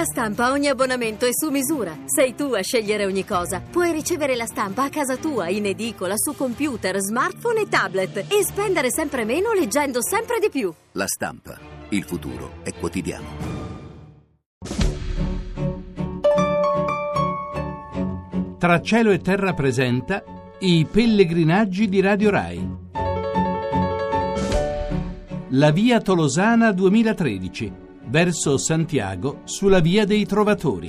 Stampa ogni abbonamento è su misura. Sei tu a scegliere ogni cosa. Puoi ricevere la stampa a casa tua, in edicola, su computer, smartphone e tablet e spendere sempre meno leggendo sempre di più. La Stampa. Il futuro è quotidiano. Tra cielo e terra presenta I pellegrinaggi di Radio Rai. La via Tolosana 2013, verso Santiago, sulla via dei Trovatori.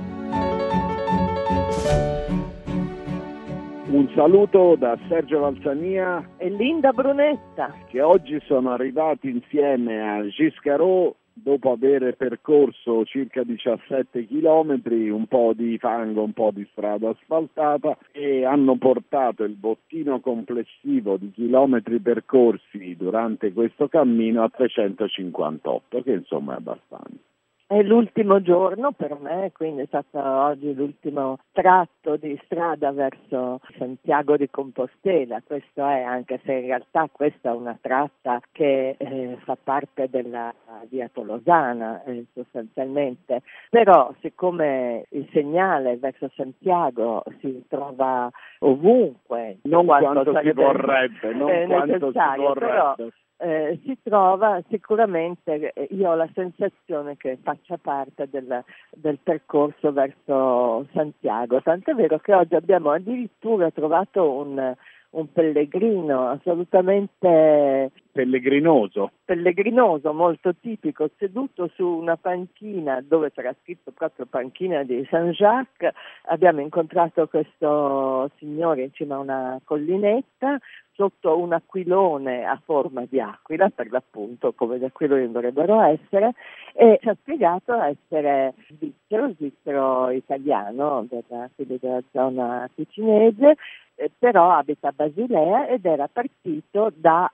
Un saluto da Sergio Valsania e Linda Brunetta, che oggi sono arrivati insieme a Giscarò dopo aver percorso circa 17 chilometri, un po' di fango, un po' di strada asfaltata, e hanno portato il bottino complessivo di chilometri percorsi durante questo cammino a 358, che insomma è abbastanza. è l'ultimo giorno per me, quindi è stato oggi l'ultimo tratto di strada verso Santiago di Compostela. Questo è, anche se in realtà questa è una tratta che fa parte della via Tolosana sostanzialmente, però siccome il segnale verso Santiago si trova ovunque, non quanto si vorrebbe, però si trova sicuramente, io ho la sensazione che faccia parte del percorso verso Santiago, tant'è vero che oggi abbiamo addirittura trovato un pellegrino assolutamente pellegrinoso, molto tipico, seduto su una panchina dove c'era scritto proprio panchina di Saint-Jacques. Abbiamo incontrato questo signore in cima a una collinetta sotto un aquilone a forma di aquila, per l'appunto come gli aquiloni dovrebbero essere, e ci ha spiegato essere svizzero italiano, quindi della zona ticinese, però abita a Basilea ed era partito da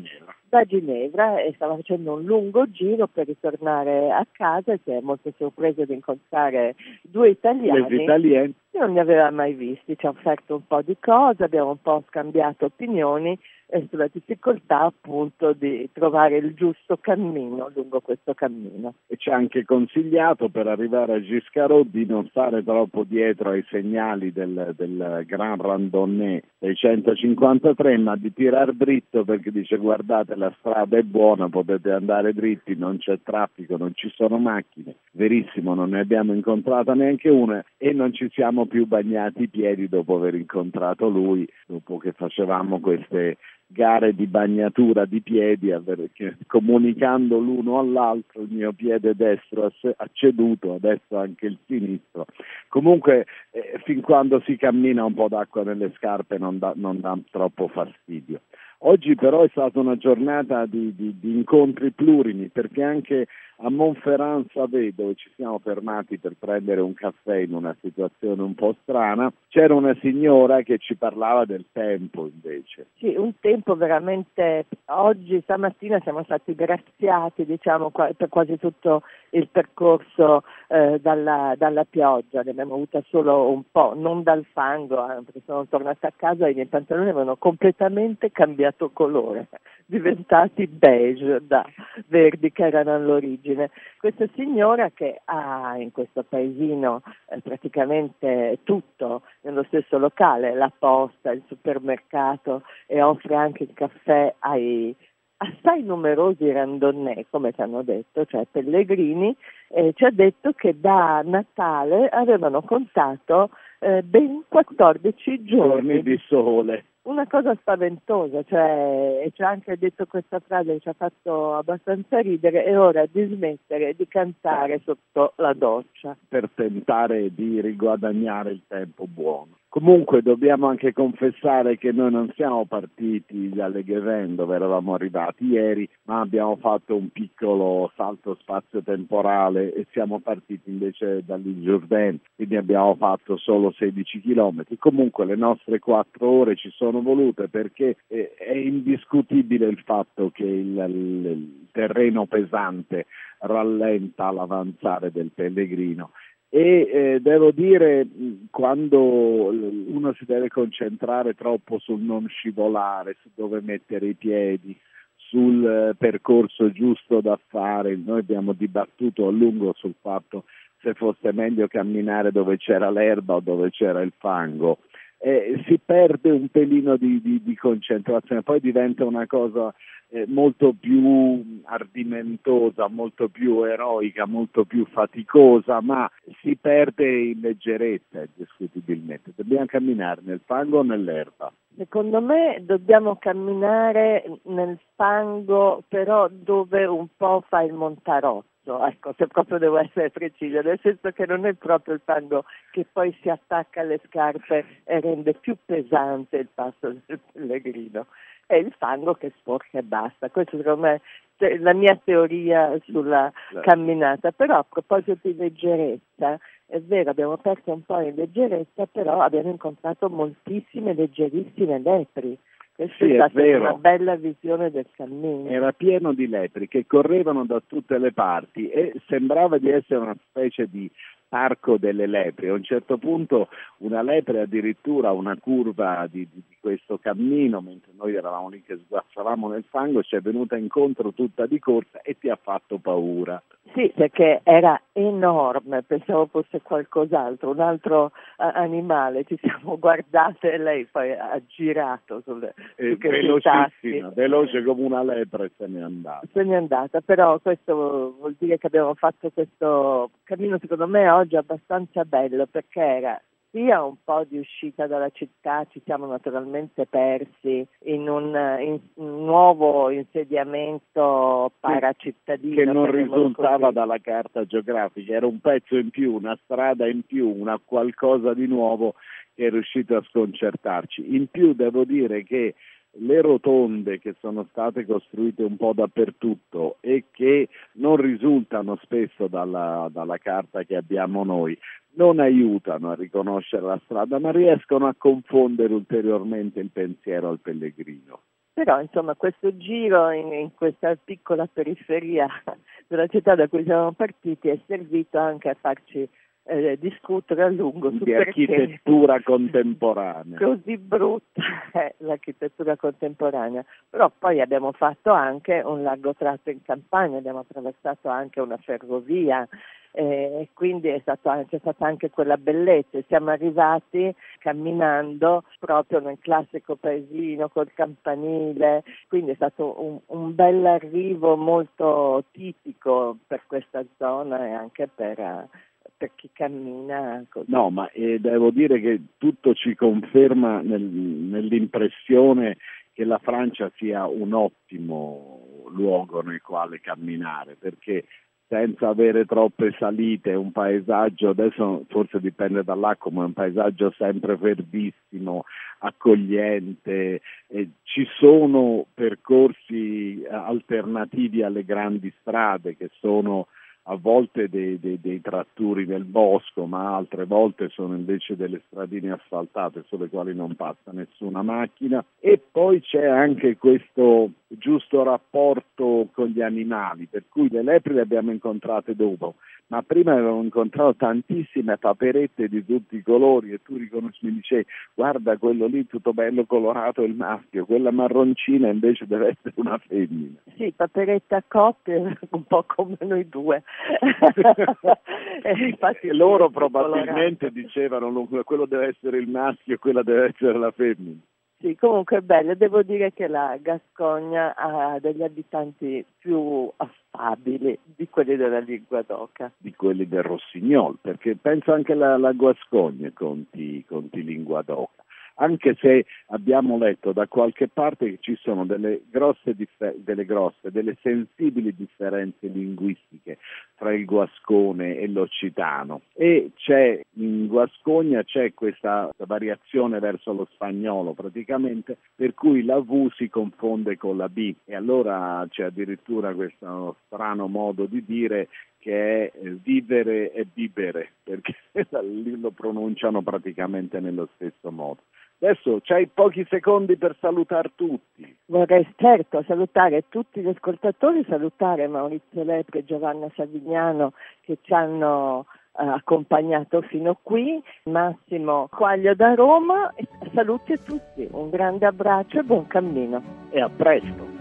Ginevra e stava facendo un lungo giro per ritornare a casa e si è molto sorpreso di incontrare due italiani che non li aveva mai visti. Ci ha offerto un po' di cose, abbiamo un po' scambiato opinioni sulla difficoltà appunto di trovare il giusto cammino lungo questo cammino. E ci ha anche consigliato, per arrivare a Giscarò, di non stare troppo dietro ai segnali del Grand Randonnée 653, ma di tirar dritto, perché dice: guardate, la strada è buona, potete andare dritti, non c'è traffico, non ci sono macchine. Verissimo, non ne abbiamo incontrata neanche una e non ci siamo più bagnati i piedi dopo aver incontrato lui, dopo che facevamo queste gare di bagnatura di piedi, comunicando l'uno all'altro. Il mio piede destro ha ceduto, adesso anche il sinistro. Comunque fin quando si cammina un po' d'acqua nelle scarpe non dà troppo fastidio. Oggi però è stata una giornata di incontri plurimi, perché anche a Monferrand-Savé, dove ci siamo fermati per prendere un caffè in una situazione un po' strana, c'era una signora che ci parlava del tempo invece. Sì, un tempo veramente. Oggi, stamattina, siamo stati graziati, diciamo, per quasi tutto il percorso dalla pioggia. Ne abbiamo avuta solo un po', non dal fango, perché sono tornata a casa e i miei pantaloni avevano completamente cambiato colore, diventati beige da verdi che erano all'origine. Questa signora, che ha in questo paesino praticamente tutto nello stesso locale, la posta, il supermercato, e offre anche il caffè ai assai numerosi randonnée, come ci hanno detto, cioè pellegrini, ci ha detto che da Natale avevano contato ben 14 giorni di sole. Una cosa spaventosa, e ci ha anche detto questa frase che ci ha fatto abbastanza ridere: è ora di smettere di cantare sotto la doccia, per tentare di riguadagnare il tempo buono. Comunque dobbiamo anche confessare che noi non siamo partiti dalle Guévin, dove eravamo arrivati ieri, ma abbiamo fatto un piccolo salto spazio-temporale e siamo partiti invece dall'Isle-Jourdain, quindi abbiamo fatto solo 16 chilometri. Comunque le nostre 4 ore ci sono volute, perché è indiscutibile il fatto che il terreno pesante rallenta l'avanzare del pellegrino. E devo dire, quando uno si deve concentrare troppo sul non scivolare, su dove mettere i piedi, sul percorso giusto da fare, noi abbiamo dibattuto a lungo sul fatto se fosse meglio camminare dove c'era l'erba o dove c'era il fango. Si perde un pelino di concentrazione, poi diventa una cosa molto più ardimentosa, molto più eroica, molto più faticosa, ma si perde in leggerezza indiscutibilmente. Dobbiamo camminare nel fango o nell'erba? Secondo me dobbiamo camminare nel fango, però dove un po' fa il montarozzo. Ecco, se proprio devo essere precisa, nel senso che non è proprio il fango che poi si attacca alle scarpe e rende più pesante il passo del pellegrino, è il fango che sporca e basta. Questo secondo me è la mia teoria sulla camminata. Però a proposito di leggerezza, è vero, abbiamo perso un po' in leggerezza, però abbiamo incontrato moltissime leggerissime lepri. Questa è stata una bella visione del cammino. Era pieno di lepri che correvano da tutte le parti e sembrava di essere una specie di parco delle lepri. A un certo punto una lepre addirittura una curva di questo cammino, mentre noi eravamo lì che sguazzavamo nel fango, ci è venuta incontro tutta di corsa e ti ha fatto paura. Sì, perché era enorme, pensavo fosse qualcos'altro, un altro animale. Ci siamo guardate e lei poi ha girato velocissima, veloce come una lepre e se n'è andata. Se n'è andata, però questo vuol dire che abbiamo fatto questo cammino secondo me oggi abbastanza bello, perché era sia un po' di uscita dalla città, ci siamo naturalmente persi in un nuovo insediamento paracittadino. Che non risultava dalla carta geografica, era un pezzo in più, una strada in più, una qualcosa di nuovo che è riuscito a sconcertarci. In più devo dire che le rotonde che sono state costruite un po' dappertutto e che non risultano spesso dalla carta che abbiamo noi, non aiutano a riconoscere la strada, ma riescono a confondere ulteriormente il pensiero al pellegrino. Però insomma questo giro in questa piccola periferia della città da cui siamo partiti è servito anche a farci discutere a lungo su di architettura contemporanea. Così brutta è l'architettura contemporanea. Però poi abbiamo fatto anche un largo tratto in campagna, abbiamo attraversato anche una ferrovia e quindi c'è stata anche quella bellezza. Siamo arrivati camminando proprio nel classico paesino col campanile, quindi è stato un bel arrivo molto tipico per questa zona e anche per chi cammina così. No, ma devo dire che tutto ci conferma nell'impressione che la Francia sia un ottimo luogo nel quale camminare, perché senza avere troppe salite, un paesaggio, adesso forse dipende dall'acqua, ma è un paesaggio sempre verdissimo, accogliente, ci sono percorsi alternativi alle grandi strade che sono a volte dei tratturi nel bosco, ma altre volte sono invece delle stradine asfaltate sulle quali non passa nessuna macchina. E poi c'è anche questo giusto rapporto con gli animali, per cui le lepri le abbiamo incontrate dopo, ma prima avevamo incontrato tantissime paperette di tutti i colori e tu riconosci, mi dicevi guarda quello lì tutto bello colorato è il maschio, quella marroncina invece deve essere una femmina. Sì, paperetta a coppie, un po' come noi due. Infatti loro probabilmente dicevano quello deve essere il maschio e quella deve essere la femmina. Sì, comunque è bello. Devo dire che la Gascogna ha degli abitanti più affabili di quelli della Linguadoca. Di quelli del Rossignol, perché penso anche la Gascogna conti Linguadoca. Anche se abbiamo letto da qualche parte che ci sono delle sensibili differenze linguistiche tra il guascone e l'occitano, e in Guascogna c'è questa variazione verso lo spagnolo praticamente, per cui la V si confonde con la B, e allora c'è addirittura questo strano modo di dire che è vivere e bibere, perché lo pronunciano praticamente nello stesso modo. Adesso c'hai pochi secondi per salutare tutti. Vorrei certo salutare tutti gli ascoltatori, salutare Maurizio Lepri e Giovanna Savignano che ci hanno accompagnato fino qui, Massimo Quaglio da Roma, e saluti a tutti, un grande abbraccio e buon cammino. E a presto.